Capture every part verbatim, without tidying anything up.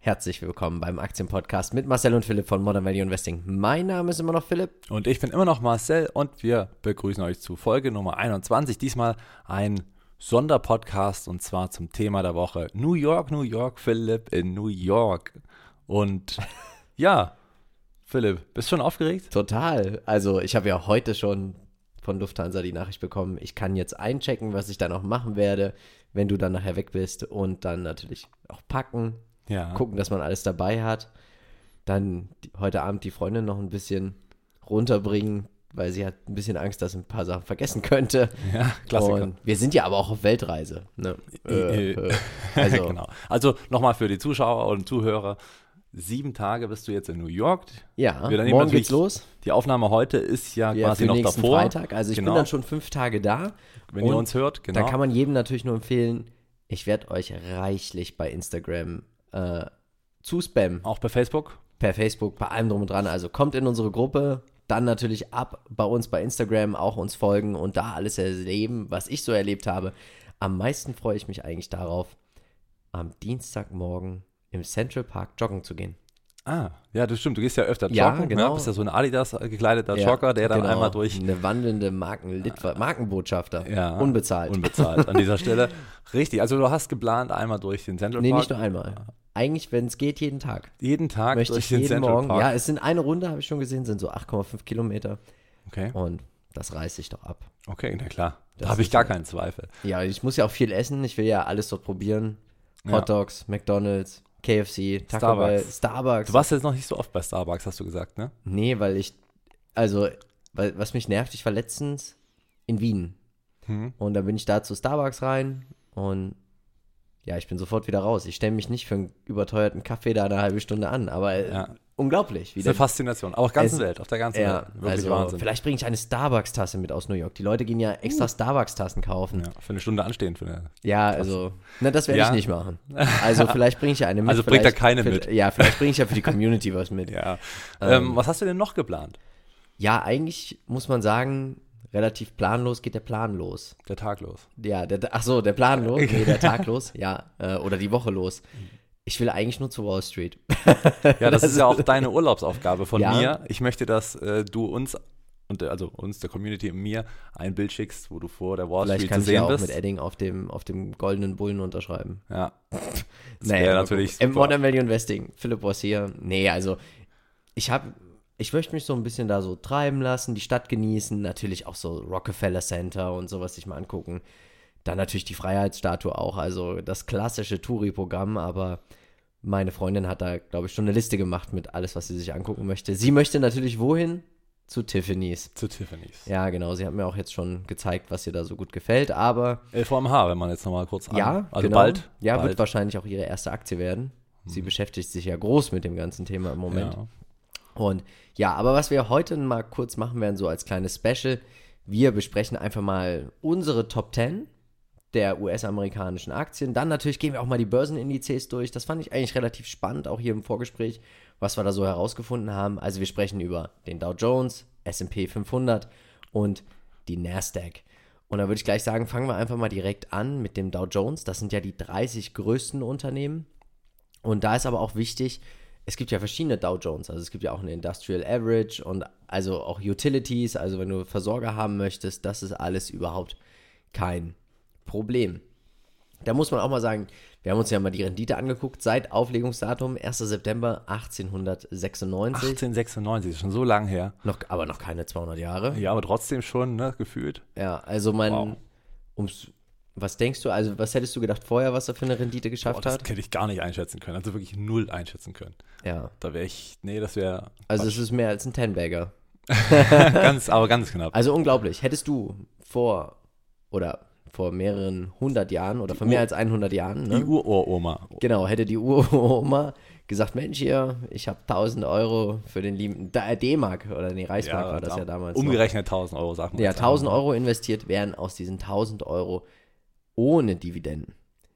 Herzlich willkommen beim Aktienpodcast mit Marcel und Philipp von Modern Value Investing. Mein Name ist immer noch Philipp. Und ich bin immer noch Marcel und wir begrüßen euch zu Folge Nummer einundzwanzig. Diesmal ein Sonderpodcast und zwar zum Thema der Woche New York, New York, Philipp in New York. Und ja, Philipp, bist du schon aufgeregt? Total. Also ich habe ja heute schon von Lufthansa die Nachricht bekommen, ich kann jetzt einchecken, was ich dann auch machen werde, wenn du dann nachher weg bist und dann natürlich auch packen. Ja. Gucken, dass man alles dabei hat. Dann die, heute Abend die Freundin noch ein bisschen runterbringen, weil sie hat ein bisschen Angst, dass sie ein paar Sachen vergessen könnte. Ja, Klassiker. Und wir sind ja aber auch auf Weltreise. Ne? Äh, äh, also, genau. Also nochmal für die Zuschauer und Zuhörer, sieben Tage bist du jetzt in New York. Ja, wir morgen geht's los. Die Aufnahme heute ist ja, ja quasi noch davor. Freitag. Also ich genau. bin dann schon fünf Tage da. Wenn ihr uns hört, genau. Dann kann man jedem natürlich nur empfehlen, ich werde euch reichlich bei Instagram Äh, zu spammen. Auch bei Facebook? Per Facebook, bei allem drum und dran. Also kommt in unsere Gruppe, dann natürlich ab bei uns bei Instagram, auch uns folgen und da alles erleben, was ich so erlebt habe. Am meisten freue ich mich eigentlich darauf, am Dienstagmorgen im Central Park joggen zu gehen. Ah, ja, das stimmt. Du gehst ja öfter joggen. Ja, genau. Ne? Bist ja so ein Adidas gekleideter ja, Jogger, der dann genau. einmal durch... Eine wandelnde Marken Markenbotschafter. Ja, unbezahlt. Unbezahlt an dieser Stelle. Richtig, also du hast geplant, einmal durch den Central nee, Park. Nee, nicht nur einmal. Eigentlich, wenn es geht, jeden Tag. Jeden Tag möchte durch ich den jeden Central Morgen. Park. Ja, es sind eine Runde, habe ich schon gesehen, sind so acht Komma fünf Kilometer. Okay. Und das reiße ich doch ab. Okay, na klar. Das Da habe ich gar ja, keinen Zweifel. Ja, ich muss ja auch viel essen. Ich will ja alles dort probieren. Hot Dogs, ja. McDonald's, K F C, Taco Starbucks. Bell, Starbucks. Du warst jetzt noch nicht so oft bei Starbucks, hast du gesagt, ne? Nee, weil ich, also, weil, was mich nervt, ich war letztens in Wien. Hm. Und dann bin ich da zu Starbucks rein und ja, ich bin sofort wieder raus. Ich stelle mich nicht für einen überteuerten Kaffee da eine halbe Stunde an, aber ja. unglaublich. Wie das ist eine Faszination, auch auf der ganzen es, Welt, auf der ganzen ja, Welt. Wirklich also Wahnsinn. Vielleicht bringe ich eine Starbucks-Tasse mit aus New York. Die Leute gehen ja extra uh. Starbucks-Tassen kaufen. Ja, für eine Stunde anstehen. Für eine ja, Tasse. also, na, das werde ja. ich nicht machen. Also vielleicht bringe ich ja eine mit. Also bringt da keine für, mit. Ja, vielleicht bringe ich ja für die Community was mit. Ja. Ähm, ähm, was hast du denn noch geplant? Ja, eigentlich muss man sagen, relativ planlos geht der Plan los. Der Tag los. Ja, der, ach so, der Plan los, nee, der Tag los, ja, äh, oder die Woche los. Ich will eigentlich nur zu Wall Street. Ja, das, das ist ja auch deine Urlaubsaufgabe von ja. mir. Ich möchte, dass äh, du uns, und also uns, der Community und mir, ein Bild schickst, wo du vor der Wall Vielleicht Street kann zu sehen ich ja bist. auch mit Edding auf dem, auf dem goldenen Bullen unterschreiben. Ja, das naja, wäre natürlich super. Modern Value Investing, Philipp was hier. Nee, also ich habe... Ich möchte mich so ein bisschen da so treiben lassen, die Stadt genießen, natürlich auch so Rockefeller Center und sowas sich mal angucken. Dann natürlich die Freiheitsstatue auch, also das klassische Touri-Programm, aber meine Freundin hat da, glaube ich, schon eine Liste gemacht mit alles, was sie sich angucken möchte. Sie möchte natürlich wohin? Zu Tiffany's. Zu Tiffany's. Ja, genau, sie hat mir auch jetzt schon gezeigt, was ihr da so gut gefällt, aber... L V M H, wenn man jetzt nochmal kurz an... Ja, also genau. bald. Ja, bald. Wird wahrscheinlich auch ihre erste Aktie werden. Sie hm. beschäftigt sich ja groß mit dem ganzen Thema im Moment. Ja. Und ja, aber was wir heute mal kurz machen werden, so als kleines Special, wir besprechen einfach mal unsere Top zehn der U S-amerikanischen Aktien. Dann natürlich gehen wir auch mal die Börsenindizes durch. Das fand ich eigentlich relativ spannend, auch hier im Vorgespräch, was wir da so herausgefunden haben. Also wir sprechen über den Dow Jones, S und P fünfhundert und die Nasdaq. Und da würde ich gleich sagen, fangen wir einfach mal direkt an mit dem Dow Jones. Das sind ja die dreißig größten Unternehmen. Und da ist aber auch wichtig, es gibt ja verschiedene Dow Jones, also es gibt ja auch eine Industrial Average und also auch Utilities, also wenn du Versorger haben möchtest, das ist alles überhaupt kein Problem. Da muss man auch mal sagen, wir haben uns ja mal die Rendite angeguckt, seit Auflegungsdatum erster September achtzehnhundertsechsundneunzig. achtzehnhundertsechsundneunzig, ist schon so lang her. Noch, aber noch keine zweihundert Jahre. Ja, aber trotzdem schon, ne, gefühlt. Ja, also man, wow. ums Was denkst du, also was hättest du gedacht vorher, was er für eine Rendite geschafft Boah, das hat? Das hätte ich gar nicht einschätzen können, also wirklich null einschätzen können. Ja. Da wäre ich, nee, das wäre... Also es ist mehr als ein Ten-Bagger. ganz, aber ganz knapp. Also unglaublich. Hättest du vor, oder vor mehreren hundert Jahren, oder vor die mehr Ur- als hundert Jahren, ne? Die Ururoma. Genau, hätte die Uroma gesagt, Mensch hier, ich habe tausend Euro für den lieben D-Mark, oder nee, Reichsmark Ja, war das da- ja damals Umgerechnet tausend Euro, sagt noch. man. Ja, jetzt tausend einfach. Euro investiert, wären aus diesen tausend Euro ohne Dividenden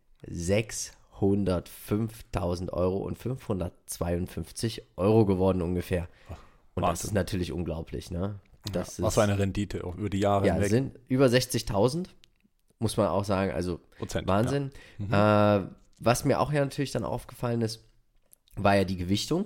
sechshundertfünftausend Euro und fünfhundertzweiundfünfzig Euro geworden ungefähr. Und das Wahnsinn. ist natürlich unglaublich, ne? Das Ja, was ist, für eine Rendite auch über die Jahre ja, hinweg. sind über sechzigtausend, muss man auch sagen, also Prozent, Wahnsinn. Ja. Mhm. Äh, was mir auch ja natürlich dann aufgefallen ist, war ja die Gewichtung.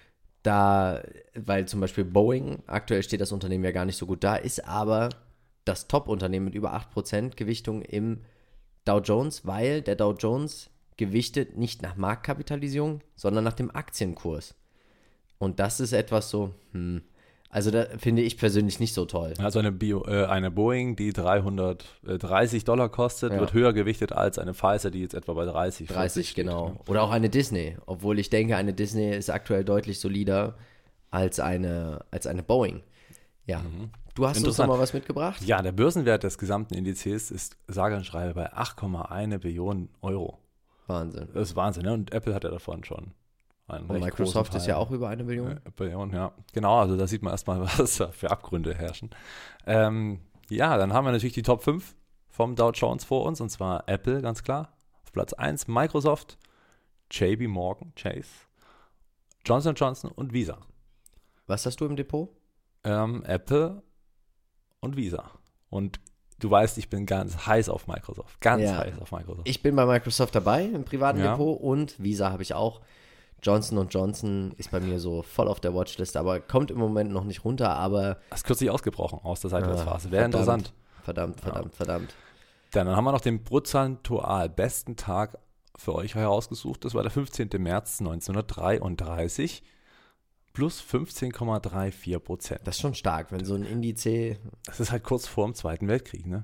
Da, weil zum Beispiel Boeing, aktuell steht das Unternehmen ja gar nicht so gut da, ist aber das Top-Unternehmen mit über acht Prozent Gewichtung im Dow Jones, weil der Dow Jones gewichtet nicht nach Marktkapitalisierung, sondern nach dem Aktienkurs. Und das ist etwas so, hm, also da finde ich persönlich nicht so toll. Also eine, Bio, äh, eine Boeing, die dreihundertdreißig Dollar kostet, Ja. wird höher gewichtet als eine Pfizer, die jetzt etwa bei dreißig, dreißig, steht, genau. ne? Oder auch eine Disney, obwohl ich denke, eine Disney ist aktuell deutlich solider als eine, als eine Boeing. Ja, du hast uns noch Interessant. mal was mitgebracht? Ja, der Börsenwert des gesamten Indizes ist sage und schreibe bei acht Komma eins Billionen Euro. Wahnsinn. Das ist Wahnsinn, ne? Und Apple hat ja davon schon einen Und recht Microsoft großen ist ja Teil. auch über eine Billion. Äh, Billion, ja. Genau, also da sieht man erstmal, was da für Abgründe herrschen. Ähm, ja, dann haben wir natürlich die Top fünf vom Dow Jones vor uns, und zwar Apple, ganz klar. Auf Platz eins Microsoft, J P Morgan Chase, Johnson und Johnson und Visa. Was hast du im Depot? Ähm, Apple und Visa. Und du weißt, ich bin ganz heiß auf Microsoft. Ganz Ja. heiß auf Microsoft. Ich bin bei Microsoft dabei im privaten Ja. Depot und Visa habe ich auch. Johnson und Johnson ist bei mir so voll auf der Watchlist, aber kommt im Moment noch nicht runter, aber Das ist kürzlich ausgebrochen aus der Seitwärtsphase. Wäre verdammt, interessant. Verdammt, verdammt, verdammt. Dann haben wir noch den prozentual besten Tag für euch herausgesucht. Das war der fünfzehnte März neunzehnhundertdreiunddreißig. Plus fünfzehn Komma vierunddreißig Prozent. Das ist schon stark, wenn so ein Indiz, Das ist halt kurz vor dem Zweiten Weltkrieg, ne?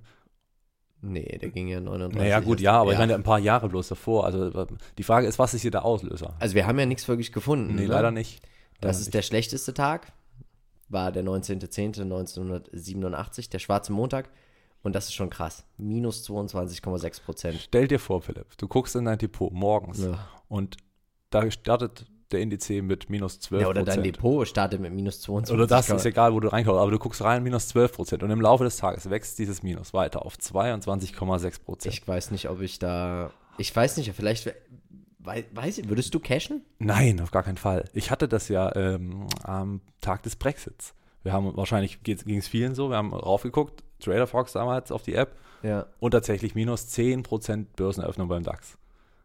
nee, der ging ja neununddreißig. Naja, gut, erst- ja, aber ich meine ein paar Jahre bloß davor. Also die Frage ist, was ist hier der Auslöser? Also wir haben ja nichts wirklich gefunden. Nee, ne? leider nicht. Das Leider ist der schlechteste Tag, war der neunzehnter zehnter neunzehnhundertsiebenundachtzig, der schwarze Montag. Und das ist schon krass. Minus zweiundzwanzig Komma sechs Prozent. Stell dir vor, Philipp, du guckst in dein Depot morgens Ja. und da startet der Indiz mit minus zwölf Ja, Prozent. oder dein Depot startet mit minus zweiundzwanzig. Oder das ist egal, wo du reinkaufst, aber du guckst rein, minus zwölf Prozent. Und im Laufe des Tages wächst dieses Minus weiter auf zweiundzwanzig Komma sechs Prozent. Ich weiß nicht, ob ich da. Ich weiß nicht, vielleicht. Wei- Weiß ich, würdest du cashen? Nein, auf gar keinen Fall. Ich hatte das ja ähm, am Tag des Brexits. Wir haben, wahrscheinlich ging es vielen so, wir haben raufgeguckt, Trader Fox damals auf die App Ja. und tatsächlich minus zehn Prozent Börseneröffnung beim DAX.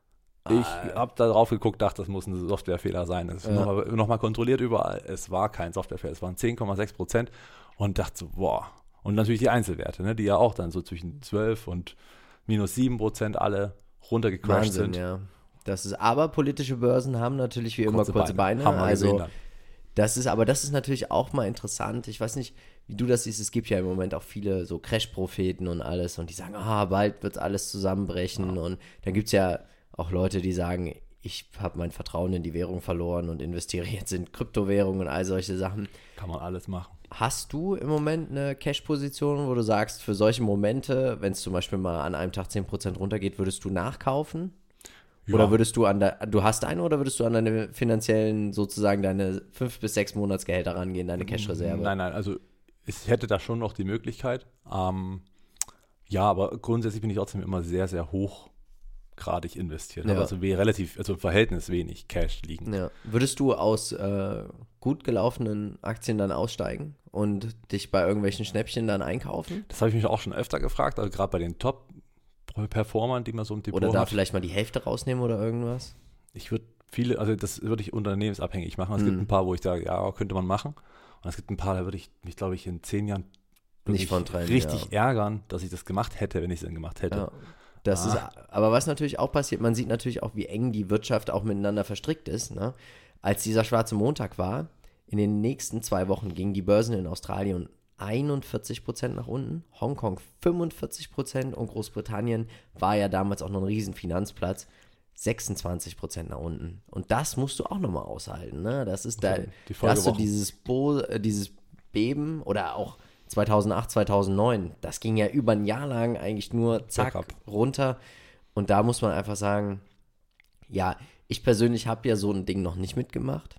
Ich Ah. habe da drauf geguckt, dachte, das muss ein Softwarefehler sein. Das ist Ja. nochmal noch mal kontrolliert überall. Es war kein Softwarefehler, es waren zehn Komma sechs Prozent und dachte so, boah. Und natürlich die Einzelwerte, ne, die ja auch dann so zwischen zwölf und minus sieben Prozent alle runtergecrashed Wahnsinn, sind. ja. Das ist, aber politische Börsen haben natürlich wie immer Kurze kurze Beine. Haben wir also gesehen dann. das ist, aber das ist natürlich auch mal interessant. Ich weiß nicht, wie du das siehst. Es gibt ja im Moment auch viele so Crash-Propheten und alles und die sagen, ah, bald wird alles zusammenbrechen. Und dann gibt es ja auch Leute, die sagen, ich habe mein Vertrauen in die Währung verloren und investiere jetzt in Kryptowährungen und all solche Sachen. Kann man alles machen. Hast du im Moment eine Cash-Position, wo du sagst, für solche Momente, wenn es zum Beispiel mal an einem Tag zehn Prozent runtergeht, würdest du nachkaufen? Ja. Oder würdest du an der, du hast eine oder würdest du an deine finanziellen, sozusagen deine fünf bis sechs Monatsgehälter rangehen, deine Cash-Reserve? Nein, nein, also ich hätte da schon noch die Möglichkeit. Ähm, ja, aber grundsätzlich bin ich trotzdem immer sehr, sehr hochgradig investiert. Ja. Habe also we- relativ, also im Verhältnis wenig Cash liegen. Ja. Würdest du aus äh, gut gelaufenen Aktien dann aussteigen und dich bei irgendwelchen Schnäppchen dann einkaufen? Das habe ich mich auch schon öfter gefragt, also gerade bei den Top-Performern, die man so im Depot Oder da hat. vielleicht mal die Hälfte rausnehmen oder irgendwas? Ich würde viele, also das würde ich unternehmensabhängig machen. Es gibt Hm. ein paar, wo ich sage, ja, könnte man machen. Und es gibt ein paar, da würde ich mich, glaube ich, in zehn Jahren Nicht wirklich von trennen, richtig ärgern, dass ich das gemacht hätte, wenn ich es denn gemacht hätte. Ja. Das Ah. ist, aber was natürlich auch passiert, man sieht natürlich auch, wie eng die Wirtschaft auch miteinander verstrickt ist. Ne? Als dieser schwarze Montag war, in den nächsten zwei Wochen gingen die Börsen in Australien einundvierzig Prozent nach unten, Hongkong fünfundvierzig Prozent und Großbritannien war ja damals auch noch ein riesen Finanzplatz, sechsundzwanzig Prozent nach unten. Und das musst du auch nochmal aushalten. Ne? Das ist da, Also die da hast du Folgewochen. dieses, Bo äh, dieses Beben oder auch zweitausendacht, zweitausendneun, das ging ja über ein Jahr lang eigentlich nur zack, Bergab. runter. Und da muss man einfach sagen, ja, ich persönlich habe ja so ein Ding noch nicht mitgemacht.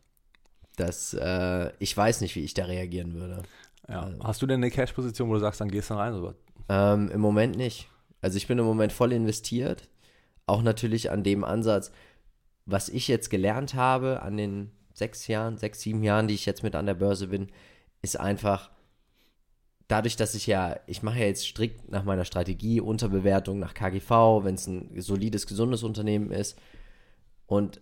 Das, äh, ich weiß nicht, wie ich da reagieren würde. Ja. Hast du denn eine Cash-Position, wo du sagst, dann gehst du rein? So? Ähm, Im Moment nicht. Also ich bin im Moment voll investiert. Auch natürlich an dem Ansatz, was ich jetzt gelernt habe an den sechs Jahren, sechs, sieben Jahren, die ich jetzt mit an der Börse bin, ist einfach, dadurch, dass ich ja, ich mache ja jetzt strikt nach meiner Strategie, Unterbewertung nach K G V, wenn es ein solides, gesundes Unternehmen ist. Und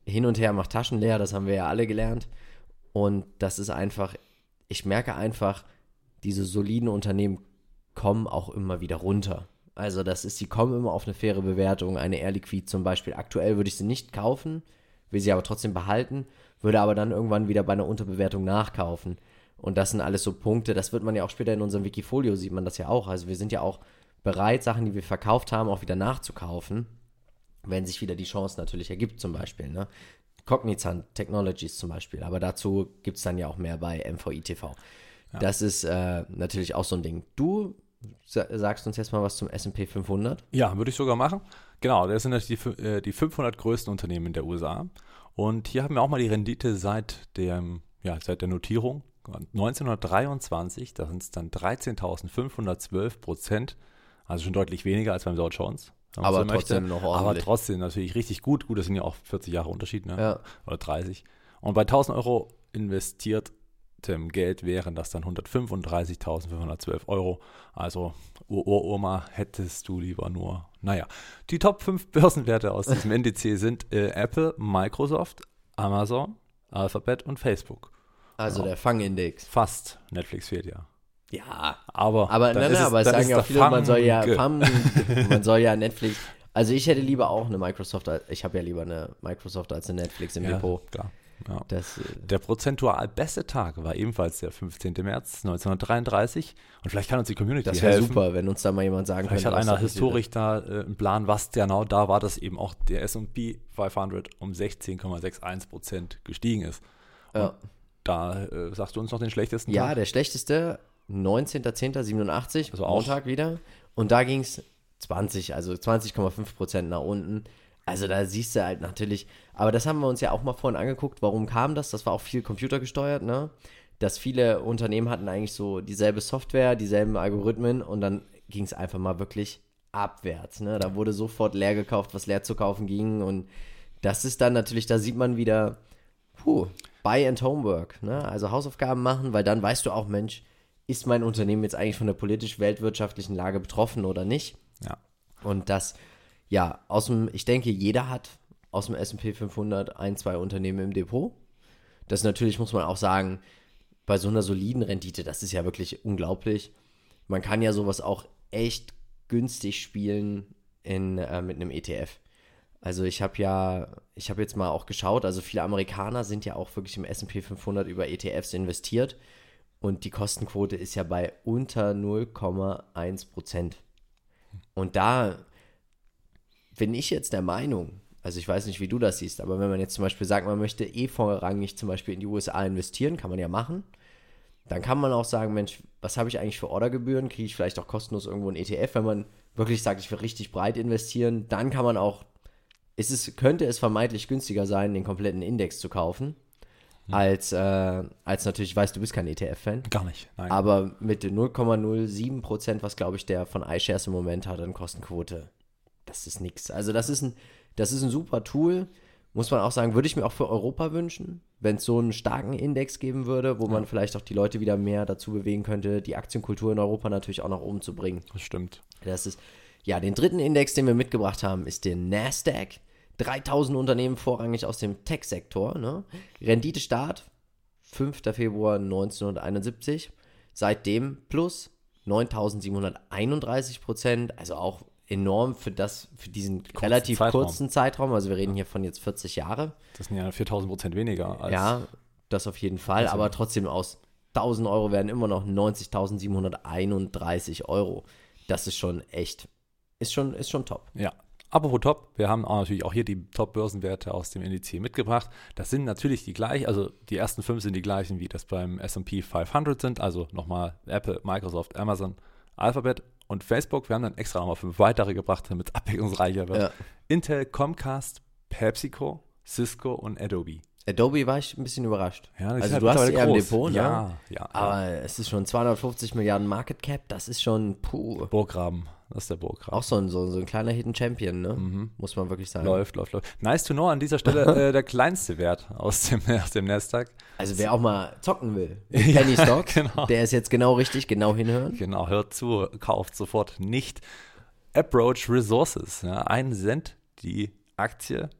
hin und her macht Taschen leer, das haben wir ja alle gelernt. Und das ist einfach, ich merke einfach, diese soliden Unternehmen kommen auch immer wieder runter. Also das ist, die kommen immer auf eine faire Bewertung, eine Air Liquide zum Beispiel. Aktuell würde ich sie nicht kaufen, will sie aber trotzdem behalten, würde aber dann irgendwann wieder bei einer Unterbewertung nachkaufen. Und das sind alles so Punkte, das wird man ja auch später in unserem Wikifolio, sieht man das ja auch. Also wir sind ja auch bereit, Sachen, die wir verkauft haben, auch wieder nachzukaufen, wenn sich wieder die Chance natürlich ergibt zum Beispiel. Ne? Cognizant Technologies zum Beispiel, aber dazu gibt es dann ja auch mehr bei M V I T V. Ja. Das ist äh, natürlich auch so ein Ding. Du sagst uns jetzt mal was zum S und P fünfhundert? Ja, würde ich sogar machen. Genau, das sind natürlich die, äh, die fünfhundert größten Unternehmen in der U S A. Und hier haben wir auch mal die Rendite seit, dem, ja, seit der Notierung. neunzehnhundertdreiundzwanzig, da sind es dann dreizehntausendfünfhundertzwölf Prozent, also schon deutlich weniger als beim Dow Jones. Aber so trotzdem möchte. noch ordentlich. Aber trotzdem natürlich richtig gut. Gut, das sind ja auch vierzig Jahre Unterschied, ne? Ja. Oder dreißig. Und bei tausend Euro investiert Geld wären das dann hundertfünfunddreißigtausendfünfhundertzwölf Euro. Also, Uroma, hättest du lieber nur. Naja, die Top fünf Börsenwerte aus diesem Indiz sind äh, Apple, Microsoft, Amazon, Alphabet und Facebook. Also genau. Der Fangindex. Fast. Netflix fehlt ja. Ja. Aber, aber nein, nein, aber es sagen ja auch viele, man soll ja, Fam, man soll ja Netflix. Also ich hätte lieber auch eine Microsoft, ich habe ja lieber eine Microsoft als eine Netflix im ja, Depot. Klar. Ja. Das, der prozentual beste Tag war ebenfalls der fünfzehnten März neunzehnhundertdreiunddreißig und vielleicht kann uns die Community das helfen. Das wäre super, wenn uns da mal jemand sagen vielleicht könnte. Vielleicht hat einer Historik da äh, einen Plan, was genau da war, dass eben auch der S und P fünfhundert um sechzehn Komma einundsechzig Prozent gestiegen ist. Und ja. Da äh, sagst du uns noch den schlechtesten Ja, Tag? der schlechteste, neunzehnter zehnter siebenundachtzig, also Montag wieder. Und da ging es zwanzig, also zwanzig Komma fünf Prozent nach unten. Also da siehst du halt natürlich, aber das haben wir uns ja auch mal vorhin angeguckt, warum kam das? Das war auch viel computergesteuert, ne? Dass viele Unternehmen hatten eigentlich so dieselbe Software, dieselben Algorithmen und dann ging es einfach mal wirklich abwärts, ne? Da wurde sofort leer gekauft, was leer zu kaufen ging und das ist dann natürlich, da sieht man wieder, puh, Buy and Homework, ne? Also Hausaufgaben machen, weil dann weißt du auch, Mensch, ist mein Unternehmen jetzt eigentlich von der politisch-weltwirtschaftlichen Lage betroffen oder nicht? Ja. Und das Ja, aus dem, ich denke, jeder hat aus dem S und P fünfhundert ein, zwei Unternehmen im Depot. Das natürlich, muss man auch sagen, bei so einer soliden Rendite, das ist ja wirklich unglaublich. Man kann ja sowas auch echt günstig spielen in, äh, mit einem E T F. Also ich habe ja, ich habe jetzt mal auch geschaut, also viele Amerikaner sind ja auch wirklich im S und P fünfhundert über E T Fs investiert und die Kostenquote ist ja bei unter null Komma eins Prozent. Und da bin ich jetzt der Meinung, also ich weiß nicht, wie du das siehst, aber wenn man jetzt zum Beispiel sagt, man möchte eh vorrangig zum Beispiel in die U S A investieren, kann man ja machen, dann kann man auch sagen, Mensch, was habe ich eigentlich für Ordergebühren, kriege ich vielleicht auch kostenlos irgendwo einen E T F, wenn man wirklich sagt, ich will richtig breit investieren, dann kann man auch, ist es, könnte es vermeintlich günstiger sein, den kompletten Index zu kaufen, hm. als, äh, als natürlich, ich weiß, du bist kein E T F-Fan. Gar nicht, nein. Aber mit null Komma null sieben Prozent, was glaube ich der von iShares im Moment hat an Kostenquote, das ist nix. Also das ist ein, das ist ein super Tool, muss man auch sagen, würde ich mir auch für Europa wünschen, wenn es so einen starken Index geben würde, wo ja. man vielleicht auch die Leute wieder mehr dazu bewegen könnte, die Aktienkultur in Europa natürlich auch nach oben zu bringen. Das stimmt. Das ist, ja, den dritten Index, den wir mitgebracht haben, ist der Nasdaq. dreitausend Unternehmen vorrangig aus dem Tech-Sektor. Ne? Renditestart, fünfter Februar neunzehnhunderteinundsiebzig. Seitdem plus neuntausendsiebenhunderteinunddreißig Prozent, also auch enorm für das, für diesen kurzen relativ Zeitraum. kurzen Zeitraum. Also wir reden hier von jetzt vierzig Jahre. Das sind ja viertausend Prozent weniger. Als ja, das auf jeden Fall. Also aber trotzdem aus tausend Euro werden immer noch neunzigtausendsiebenhunderteinunddreißig Euro. Das ist schon echt, ist schon, ist schon top. Ja. Apropos top, wir haben auch natürlich auch hier die Top-Börsenwerte aus dem Indiz mitgebracht. Das sind natürlich die gleichen, also die ersten fünf sind die gleichen, wie das beim S und P fünfhundert sind. Also nochmal Apple, Microsoft, Amazon, Alphabet und Facebook. Wir haben dann extra nochmal fünf weitere gebracht, damit es abwechslungsreicher wird. Ja. Intel, Comcast, PepsiCo, Cisco und Adobe. Adobe war ich ein bisschen überrascht. Ja, also halt du hast ja im Depot, ne? Ja, ja. Aber ja. es ist schon zweihundertfünfzig Milliarden Market Cap, das ist schon puh. Burggraben, das ist der Burggraben. Auch so ein, so, so ein kleiner Hidden Champion, ne? Mhm. Muss man wirklich sagen. Läuft, läuft, läuft. Nice to know, an dieser Stelle äh, der kleinste Wert aus dem, aus dem Nasdaq. Also wer auch mal zocken will, Penny Stock, genau. Der ist jetzt genau richtig, genau hinhören. Genau, hört zu, kauft sofort nicht. Approach Resources, ja, ein Cent die Aktie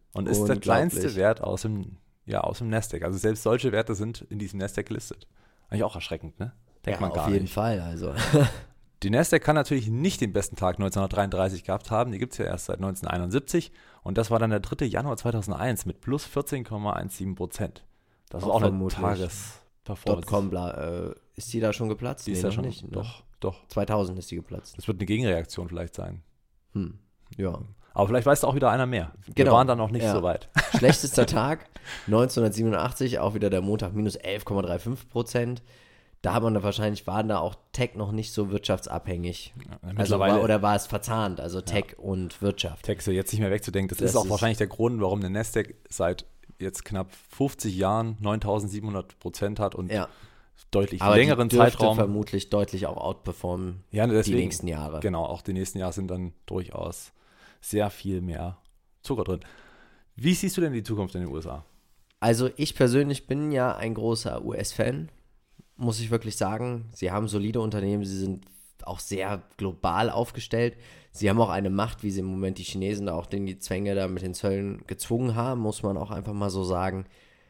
Und ist der kleinste Wert aus dem, ja, aus dem Nasdaq. Also selbst solche Werte sind in diesem Nasdaq gelistet. Eigentlich auch erschreckend, ne? Denkt ja, man gar auf jeden nicht. Fall. Also. Die Nasdaq kann natürlich nicht den besten Tag neunzehnhundertdreiunddreißig gehabt haben. Die gibt es ja erst seit neunzehnhunderteinundsiebzig. Und das war dann der dritte Januar zweitausendeins mit plus vierzehn Komma siebzehn Prozent. Das ist auch eine Tagesperformance. Dotcom, äh, ist die da schon geplatzt? Die nee, ist ja noch schon, nicht. Ne? Doch, doch. zweitausend ist die geplatzt. Das wird eine Gegenreaktion vielleicht sein. Hm. Ja. Aber vielleicht weiß auch wieder einer mehr. Wir Genau. waren dann noch nicht ja. so weit. Schlechtester Tag, neunzehnhundertsiebenundachtzig, auch wieder der Montag, minus elf Komma fünfunddreißig Prozent. Da hat man da wahrscheinlich, waren da auch Tech noch nicht so wirtschaftsabhängig. Ja, also war, oder war es verzahnt, also Tech ja. und Wirtschaft. Tech ist ja jetzt nicht mehr wegzudenken. Das, das ist auch ist wahrscheinlich der Grund, warum der Nasdaq seit jetzt knapp fünfzig Jahren neuntausendsiebenhundert Prozent hat und ja. deutlich Aber längeren die dürfte Zeitraum. vermutlich deutlich auch outperformen ja, deswegen, die nächsten Jahre. Genau, auch die nächsten Jahre sind dann durchaus sehr viel mehr Zucker drin. Wie siehst du denn die Zukunft in den U S A? Also ich persönlich bin ja ein großer U S-Fan, muss ich wirklich sagen. Sie haben solide Unternehmen, sie sind auch sehr global aufgestellt. Sie haben auch eine Macht, wie sie im Moment die Chinesen da auch in die Zwänge da mit den Zöllen gezwungen haben, muss man auch einfach mal so sagen.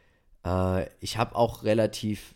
Äh, ich habe auch relativ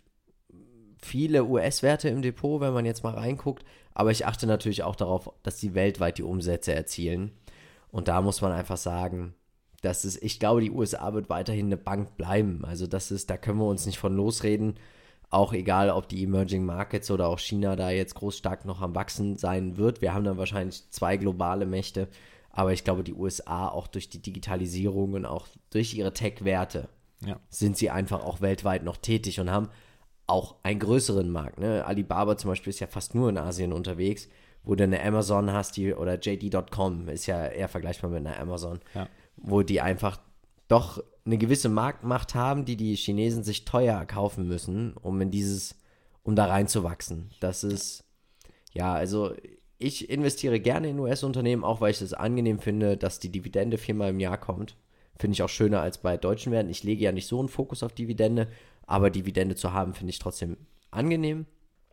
viele U S-Werte im Depot, wenn man jetzt mal reinguckt, aber ich achte natürlich auch darauf, dass sie weltweit die Umsätze erzielen. Und da muss man einfach sagen, dass es, ich glaube, die U S A wird weiterhin eine Bank bleiben. Also das ist, da können wir uns nicht von losreden. Auch egal, ob die Emerging Markets oder auch China da jetzt groß stark noch am Wachsen sein wird. Wir haben dann wahrscheinlich zwei globale Mächte. Aber ich glaube, die U S A auch durch die Digitalisierung und auch durch ihre Tech-Werte ja. sind sie einfach auch weltweit noch tätig und haben auch einen größeren Markt. Ne? Alibaba zum Beispiel ist ja fast nur in Asien unterwegs, wo du eine Amazon hast, die, oder J D Punkt com ist ja eher vergleichbar mit einer Amazon, ja. wo die einfach doch eine gewisse Marktmacht haben, die die Chinesen sich teuer kaufen müssen, um in dieses, um da reinzuwachsen. Das ist, ja, also ich investiere gerne in U S-Unternehmen, auch weil ich es angenehm finde, dass die Dividende viermal im Jahr kommt. Finde ich auch schöner als bei deutschen Werten. Ich lege ja nicht so einen Fokus auf Dividende, aber Dividende zu haben, finde ich trotzdem angenehm.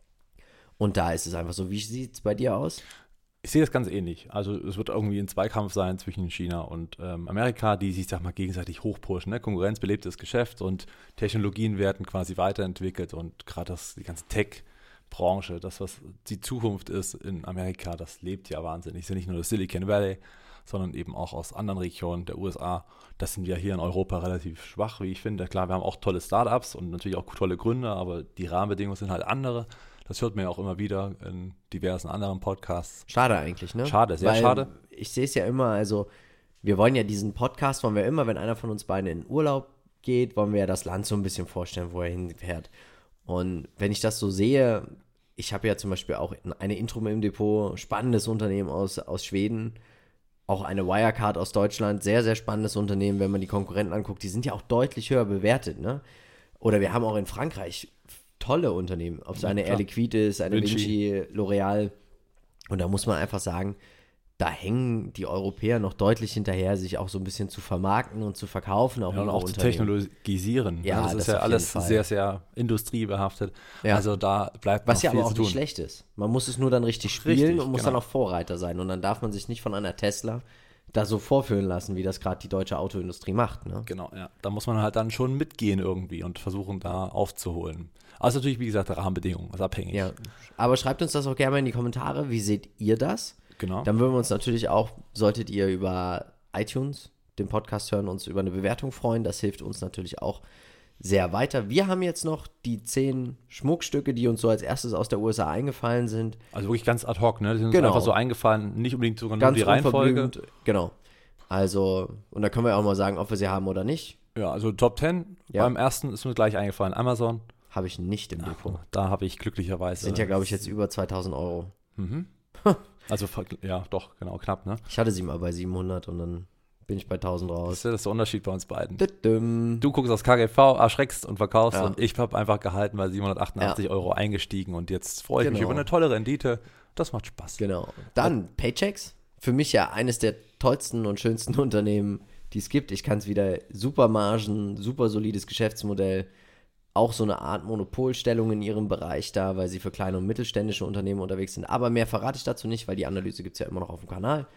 Und da ist es einfach so. Wie sieht es bei dir aus? Ich sehe das ganz ähnlich. Also es wird irgendwie ein Zweikampf sein zwischen China und ähm, Amerika, die sich, sag mal, gegenseitig hochpushen. Ne? Konkurrenzbelebtes Geschäft und Technologien werden quasi weiterentwickelt und gerade das, die ganze Tech-Branche, das, was die Zukunft ist in Amerika, das lebt ja wahnsinnig. Es ist ja nicht nur das Silicon Valley, sondern eben auch aus anderen Regionen der U S A. Das sind wir hier in Europa relativ schwach, wie ich finde. Klar, wir haben auch tolle Startups und natürlich auch tolle Gründer, aber die Rahmenbedingungen sind halt andere. Das hört man ja auch immer wieder in diversen anderen Podcasts. Schade eigentlich, ne? Schade, sehr Weil schade. Ich sehe es ja immer, also wir wollen ja diesen Podcast, wollen wir immer, wenn einer von uns beiden in Urlaub geht, wollen wir ja das Land so ein bisschen vorstellen, wo er hinfährt. Und wenn ich das so sehe, ich habe ja zum Beispiel auch eine Intro im Depot, spannendes Unternehmen aus, aus Schweden, auch eine Wirecard aus Deutschland, sehr, sehr spannendes Unternehmen, wenn man die Konkurrenten anguckt, die sind ja auch deutlich höher bewertet, ne? Oder wir haben auch in Frankreich tolle Unternehmen, ob es eine Air Liquide ist, eine Vinci, Vinci L'Oreal. Und da muss man einfach sagen, da hängen die Europäer noch deutlich hinterher, sich auch so ein bisschen zu vermarkten und zu verkaufen. Auch, ja, und auch zu technologisieren. Ja, das, das ist ja alles sehr, sehr industriebehaftet. Ja. Also da bleibt Was noch ja viel aber auch zu tun. nicht schlecht ist. Man muss es nur dann richtig spielen Richtig, und muss genau. dann auch Vorreiter sein. Und dann darf man sich nicht von einer Tesla da so vorführen lassen, wie das gerade die deutsche Autoindustrie macht. Ne? Genau, ja. Da muss man halt dann schon mitgehen irgendwie und versuchen, da aufzuholen. Also natürlich, wie gesagt, Rahmenbedingungen, ist abhängig. Ja, aber schreibt uns das auch gerne mal in die Kommentare. Wie seht ihr das? Genau. Dann würden wir uns natürlich auch, solltet ihr über iTunes den Podcast hören, uns über eine Bewertung freuen. Das hilft uns natürlich auch sehr weiter. Wir haben jetzt noch die zehn Schmuckstücke, die uns so als erstes aus der U S A eingefallen sind. Also wirklich ganz ad hoc, ne? Die sind Genau. uns einfach so eingefallen, nicht unbedingt sogar nur Ganz die Reihenfolge. Genau. Also, und da können wir auch mal sagen, ob wir sie haben oder nicht. Ja, also Top zehn. Ja. Beim ersten ist mir gleich eingefallen, Amazon. Habe ich nicht im Depot. Da habe ich glücklicherweise. Sind ja, glaube ich, jetzt über zweitausend Euro. Mhm. Also, ja, doch, genau, knapp, ne? Ich hatte sie mal bei siebenhundert und dann bin ich bei tausend raus. Das ist ja das der Unterschied bei uns beiden. Düdüm. Du guckst aufs K G V, erschreckst und verkaufst Ja. und ich habe einfach gehalten, bei siebenhundertachtundachtzig Ja. Euro eingestiegen und jetzt freue ich mich Genau. über eine tolle Rendite. Das macht Spaß. Genau. Dann Paychecks. Für mich ja eines der tollsten und schönsten Unternehmen, die es gibt. Ich kann es wieder, super Margen, super solides Geschäftsmodell. Auch so eine Art Monopolstellung in ihrem Bereich da, weil sie für kleine und mittelständische Unternehmen unterwegs sind. Aber mehr verrate ich dazu nicht, weil die Analyse gibt es ja immer noch auf dem Kanal.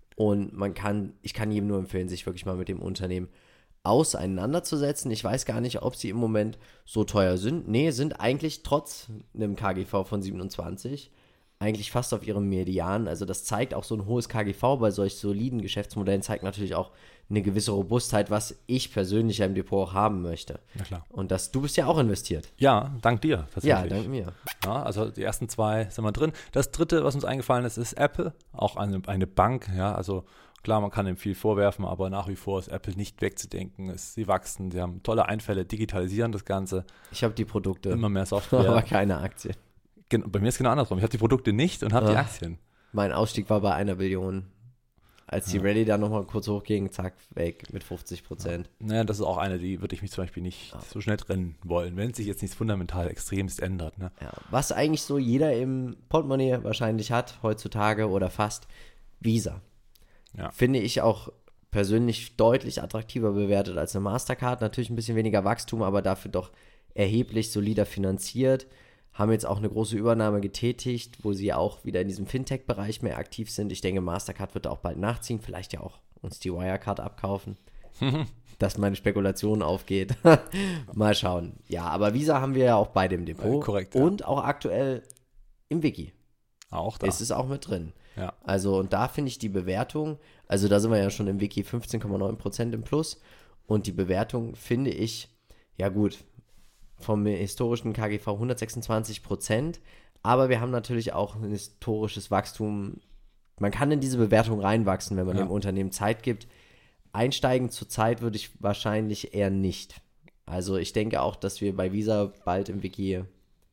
Und man kann, ich kann jedem nur empfehlen, sich wirklich mal mit dem Unternehmen auseinanderzusetzen. Ich weiß gar nicht, ob sie im Moment so teuer sind. Nee, sind eigentlich trotz einem K G V von siebenundzwanzig eigentlich fast auf ihrem Median. Also das zeigt auch so ein hohes K G V bei solch soliden Geschäftsmodellen, zeigt natürlich auch eine gewisse Robustheit, was ich persönlich ja im Depot auch haben möchte. Na klar. Und das, du bist ja auch investiert. Ja, dank dir tatsächlich. Ja, dank mir. Ja, also die ersten zwei sind wir drin. Das dritte, was uns eingefallen ist, ist Apple, auch eine, eine Bank. Ja, also klar, man kann ihm viel vorwerfen, aber nach wie vor ist Apple nicht wegzudenken. Es, sie wachsen, sie haben tolle Einfälle, digitalisieren das Ganze. Ich habe die Produkte, immer mehr Software. aber keine Aktien. Gen- Bei mir ist es genau andersrum. Ich habe die Produkte nicht und habe Ah. die Aktien. Mein Ausstieg war bei einer Billion. Als die Ja. Rallye dann nochmal kurz hochging, zack, weg mit fünfzig Prozent. Naja, das ist auch eine, die würde ich mich zum Beispiel nicht Ja. so schnell trennen wollen, wenn sich jetzt nichts fundamental Extremst ändert. Ne? Ja, was eigentlich so jeder im Portemonnaie wahrscheinlich hat, heutzutage oder fast, Visa. Ja. Finde ich auch persönlich deutlich attraktiver bewertet als eine Mastercard. Natürlich ein bisschen weniger Wachstum, aber dafür doch erheblich solider finanziert. Haben jetzt auch eine große Übernahme getätigt, wo sie auch wieder in diesem Fintech-Bereich mehr aktiv sind. Ich denke, Mastercard wird auch bald nachziehen, vielleicht ja auch uns die Wirecard abkaufen, dass meine Spekulation aufgeht. Mal schauen. Ja, aber Visa haben wir ja auch beide im Depot. Äh, korrekt, ja. Und auch aktuell im Wiki. Auch da. Es ist auch mit drin. Ja. Also, und da finde ich die Bewertung, also da sind wir ja schon im Wiki fünfzehn Komma neun Prozent im Plus. Und die Bewertung finde ich, ja gut, vom historischen K G V hundertsechsundzwanzig Prozent. Aber wir haben natürlich auch ein historisches Wachstum. Man kann in diese Bewertung reinwachsen, wenn man Ja. dem Unternehmen Zeit gibt. Einsteigen zur Zeit würde ich wahrscheinlich eher nicht. Also ich denke auch, dass wir bei Visa bald im Wiki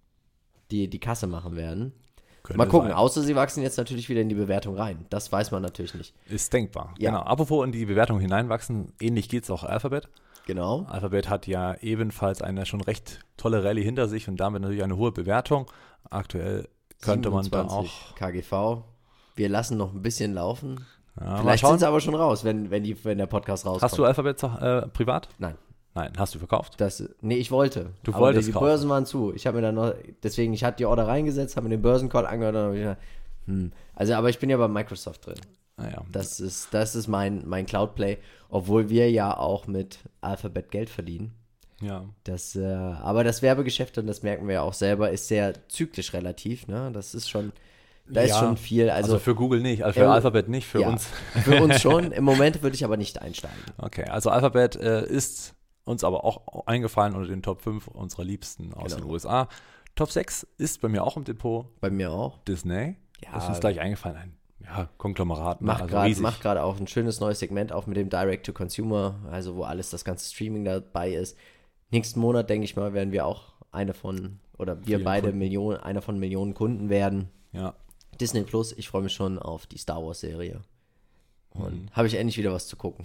die, die Kasse machen werden. Könnte Mal gucken, sein. außer sie wachsen jetzt natürlich wieder in die Bewertung rein. Das weiß man natürlich nicht. Ist denkbar. Ja. Genau. Apropos in die Bewertung hineinwachsen, ähnlich geht es auch Alphabet. Genau. Alphabet hat ja ebenfalls eine schon recht tolle Rallye hinter sich und damit natürlich eine hohe Bewertung. Aktuell könnte man da auch. siebenundzwanzig K G V. Wir lassen noch ein bisschen laufen. Ja, mal Vielleicht sind schauen. sie aber schon raus, wenn, wenn, die, wenn der Podcast rauskommt. Hast du Alphabet äh, privat? Nein. Nein, hast du verkauft? Das, nee, ich wollte. Du aber wolltest die kaufen. Börsen waren zu. Ich habe mir dann noch, deswegen, ich hatte die Order reingesetzt, habe mir den Börsencall angehört und habe ich gedacht, hm. Also, aber ich bin ja bei Microsoft drin. Naja. Das ist, das ist mein, mein Cloud-Play, obwohl wir ja auch mit Alphabet Geld verdienen. Ja. Das, äh, aber das Werbegeschäft, und das merken wir ja auch selber, ist sehr zyklisch relativ. Ne? Das ist schon, da ist Ja, schon viel. Also, Also, für Google nicht, also für äh, Alphabet nicht, für ja, uns. Für uns schon. Im Moment würde ich aber nicht einsteigen. Okay, also Alphabet äh, ist uns aber auch eingefallen unter den Top fünf unserer Liebsten aus Genau. den U S A. Top sechs ist bei mir auch im Depot Bei mir auch. Disney. Ja. Das ist uns gleich eingefallen. Ein ja, Konglomerat. ne? Macht also gerade riesig. macht gerade auch ein schönes neues Segment auf mit dem Direct-to-Consumer, also wo alles das ganze Streaming dabei ist. Nächsten Monat, denke ich mal, werden wir auch eine von, oder wir Vielen beide Kunden. Millionen, einer von Millionen Kunden werden. Ja. Disney Plus, ich freue mich schon auf die Star Wars-Serie. Und Mhm. habe ich endlich wieder was zu gucken.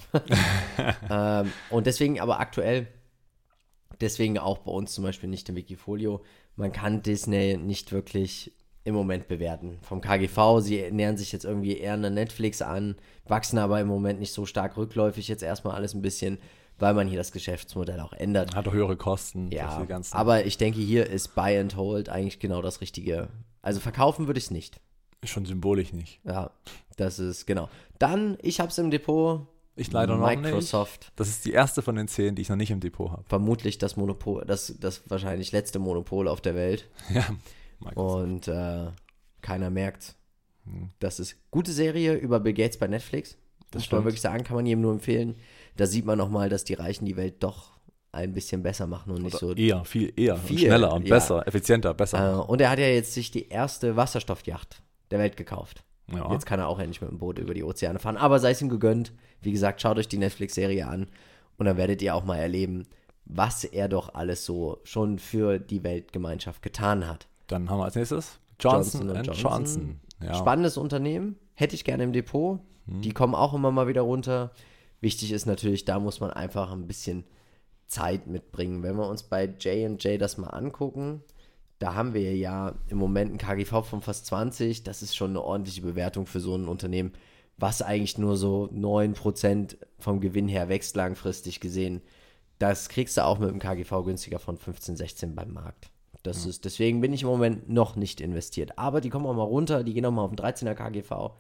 ähm, und deswegen aber aktuell, deswegen auch bei uns zum Beispiel nicht im Wikifolio, man kann Disney nicht wirklich im Moment bewerten. Vom K G V, sie nähern sich jetzt irgendwie eher an Netflix an, wachsen aber im Moment nicht so stark rückläufig, jetzt erstmal alles ein bisschen, weil man hier das Geschäftsmodell auch ändert. Hat auch höhere Kosten. dass Ja, die ganzen, aber ich denke, hier ist Buy and Hold eigentlich genau das Richtige. Also verkaufen würde ich es nicht. schon symbolisch nicht. Ja, das ist, genau. Dann, ich habe es im Depot. Ich leider noch nicht. Microsoft. Das ist die erste von den zehn, die ich noch nicht im Depot habe. Vermutlich das Monopol, das, das wahrscheinlich letzte Monopol auf der Welt. Ja, Microsoft. Und äh, keiner merkt. Hm. Das ist gute Serie über Bill Gates bei Netflix. Das muss man stimmt. wirklich sagen, kann man jedem nur empfehlen. Da sieht man nochmal, dass die Reichen die Welt doch ein bisschen besser machen und nicht Oder so. eher, viel eher, Viel, und schneller und ja. besser, effizienter, besser. Äh, und er hat ja jetzt sich die erste Wasserstoffjacht der Welt gekauft. ja. Jetzt kann er auch endlich mit dem Boot über die Ozeane fahren. Aber sei es ihm gegönnt. Wie gesagt, schaut euch die Netflix-Serie an und dann werdet ihr auch mal erleben, was er doch alles so schon für die Weltgemeinschaft getan hat. Dann haben wir als nächstes Johnson, Johnson and and Johnson. Johnson. Ja. Spannendes Unternehmen, hätte ich gerne im Depot. Die kommen auch immer mal wieder runter. Wichtig ist natürlich, da muss man einfach ein bisschen Zeit mitbringen. Wenn wir uns bei J und J das mal angucken, da haben wir ja im Moment ein K G V von fast zwanzig. Das ist schon eine ordentliche Bewertung für so ein Unternehmen, was eigentlich nur so neun Prozent vom Gewinn her wächst langfristig gesehen. Das kriegst du auch mit einem K G V günstiger von fünfzehn, sechzehn beim Markt. Das ist, deswegen bin ich im Moment noch nicht investiert. Aber die kommen auch mal runter, die gehen auch mal auf einen dreizehner K G V.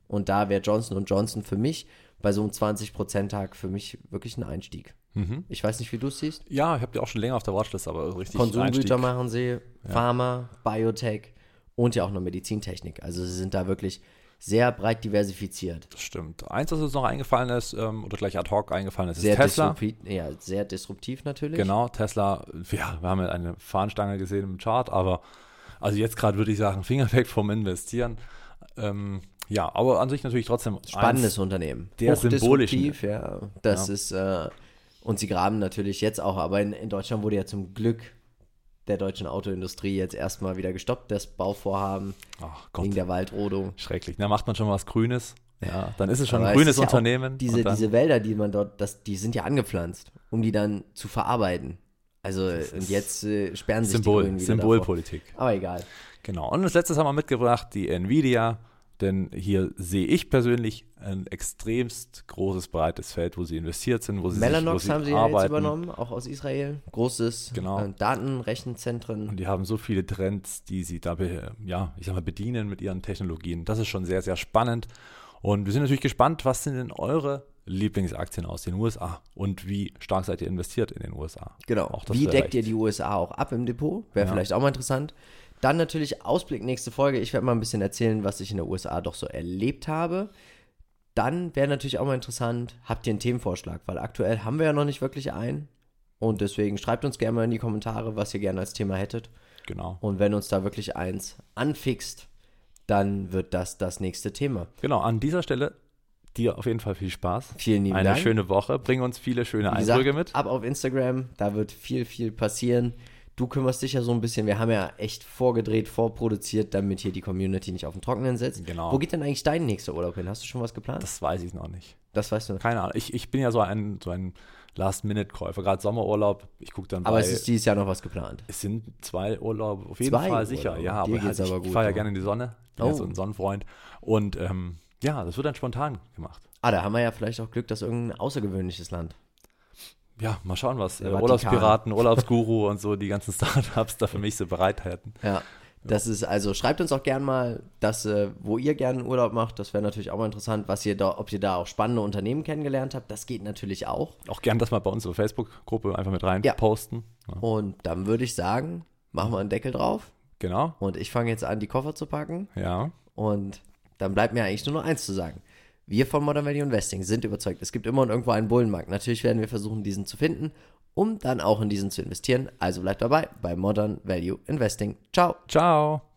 Und da wäre Johnson und Johnson für mich bei so einem zwanzig Prozent Tag für mich wirklich ein Einstieg. Mhm. Ich weiß nicht, wie du es siehst. Ja, ich habe die auch schon länger auf der Watchlist, aber richtig Konsumgüter Einstieg. machen sie, Ja. Pharma, Biotech und ja auch noch Medizintechnik. Also sie sind da wirklich sehr breit diversifiziert. Das stimmt. Eins, was uns noch eingefallen ist, ähm, oder gleich ad hoc eingefallen ist, ist Sehr Tesla. disruptiv, ja, sehr disruptiv natürlich. Genau, Tesla, ja, wir haben ja eine Fahnenstange gesehen im Chart, aber also jetzt gerade würde ich sagen, Finger weg vom Investieren. Ähm, ja, aber an sich natürlich trotzdem Spannendes eins Unternehmen. der symbolischen. Hochdisruptiv, ja. Das Ja. ist, äh, und sie graben natürlich jetzt auch, aber in, in Deutschland wurde ja zum Glück der deutschen Autoindustrie jetzt erstmal wieder gestoppt, das Bauvorhaben Ach Gott, wegen der Waldrodung. schrecklich. Da macht man schon was Grünes. Ja, dann ist es schon Aber ein es grünes ist ja auch Unternehmen. Diese, und dann, diese Wälder, die man dort, das, die sind ja angepflanzt, um die dann zu verarbeiten. Also Das und ist jetzt äh, sperren sich die Symbol, Grünen wieder Symbolpolitik. davor. Aber egal. Genau. Und als letztes haben wir mitgebracht die Nvidia, denn hier sehe ich persönlich ein extremst großes, breites Feld, wo sie investiert sind, wo sie, Mellanox sich, wo sie haben sie ja jetzt arbeiten. übernommen, auch aus Israel. Großes Genau. äh, Datenrechenzentren. Und die haben so viele Trends, die sie da be- ja, ich sag mal, bedienen mit ihren Technologien. Das ist schon sehr, sehr spannend. Und wir sind natürlich gespannt, was sind denn eure Lieblingsaktien aus den U S A und wie stark seid ihr investiert in den U S A? Genau. Auch das Wie wäre deckt ihr echt- die U S A auch ab im Depot? Wäre Ja. vielleicht auch mal interessant. Dann natürlich Ausblick nächste Folge. Ich werde mal ein bisschen erzählen, was ich in der U S A doch so erlebt habe. Dann wäre natürlich auch mal interessant, habt ihr einen Themenvorschlag? Weil aktuell haben wir ja noch nicht wirklich einen. Und deswegen schreibt uns gerne mal in die Kommentare, was ihr gerne als Thema hättet. Genau. Und wenn uns da wirklich eins anfixt, dann wird das das nächste Thema. Genau, an dieser Stelle dir auf jeden Fall viel Spaß. Vielen lieben Eine Dank. schöne Woche. Bring uns viele schöne Wie Eindrücke gesagt, mit. ab auf Instagram, da wird viel, viel passieren. Du kümmerst dich ja so ein bisschen, wir haben ja echt vorgedreht, vorproduziert, damit hier die Community nicht auf dem Trockenen sitzt. Genau. Wo geht denn eigentlich dein nächster Urlaub hin? Hast du schon was geplant? Das weiß ich noch nicht. Das weißt du. Keine Ahnung. Ich, ich bin ja so ein, so ein Last-Minute-Käufer. Gerade Sommerurlaub. Ich gucke dann Aber bei... es ist dieses Jahr noch was geplant. Es sind zwei Urlaube, auf jeden Zwei Fall sicher. Urlaube. Ja, Dir aber, geht's halt, aber ich gut, fahre ja ja. gerne in die Sonne. Bin ja Oh. so ein Sonnenfreund. Und ähm, ja, das wird dann spontan gemacht. Ah, da haben wir ja vielleicht auch Glück, dass irgendein außergewöhnliches Land. Ja, mal schauen, was äh, Der Vatikan. Urlaubspiraten, Urlaubsguru und so die ganzen Startups da für mich so bereithalten. Ja. Das ist, also schreibt uns auch gern mal, dass, äh, wo ihr gerne Urlaub macht. Das wäre natürlich auch mal interessant, was ihr da, ob ihr da auch spannende Unternehmen kennengelernt habt. Das geht natürlich auch. Auch gern das mal bei unserer Facebook-Gruppe einfach mit rein Ja. posten. Ja, Und dann würde ich sagen, machen wir einen Deckel drauf. genau. Und ich fange jetzt an, die Koffer zu packen. Ja. Und dann bleibt mir eigentlich nur noch eins zu sagen. Wir von Modern Value Investing sind überzeugt, es gibt immer und irgendwo einen Bullenmarkt. Natürlich werden wir versuchen, diesen zu finden, um dann auch in diesen zu investieren. Also bleibt dabei bei Modern Value Investing. Ciao. Ciao.